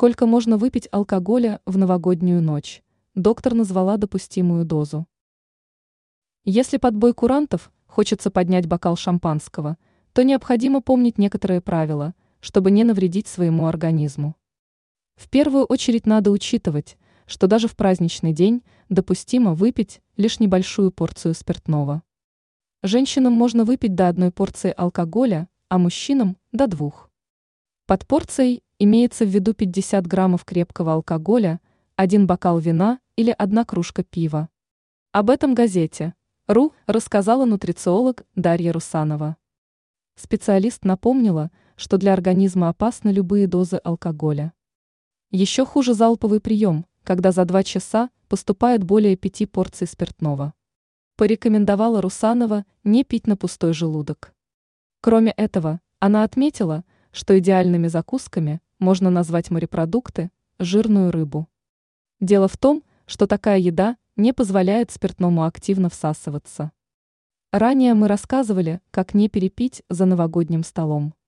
Сколько можно выпить алкоголя в новогоднюю ночь? Доктор назвала допустимую дозу. Если под бой курантов хочется поднять бокал шампанского, то необходимо помнить некоторые правила, чтобы не навредить своему организму. В первую очередь надо учитывать, что даже в праздничный день допустимо выпить лишь небольшую порцию спиртного. Женщинам можно выпить до 1 порции алкоголя, а мужчинам – до 2. Под порцией имеется в виду 50 граммов крепкого алкоголя, 1 бокал вина или 1 кружка пива. Об этом газете.ру рассказала нутрициолог Дарья Русанова. Специалист напомнила, что для организма опасны любые дозы алкоголя. Еще хуже залповый прием, когда за 2 часа поступает более 5 порций спиртного. Порекомендовала Русанова не пить на пустой желудок. Кроме этого, она отметила, что идеальными закусками можно назвать морепродукты, жирную рыбу. Дело в том, что такая еда не позволяет спиртному активно всасываться. Ранее мы рассказывали, как не перепить за новогодним столом.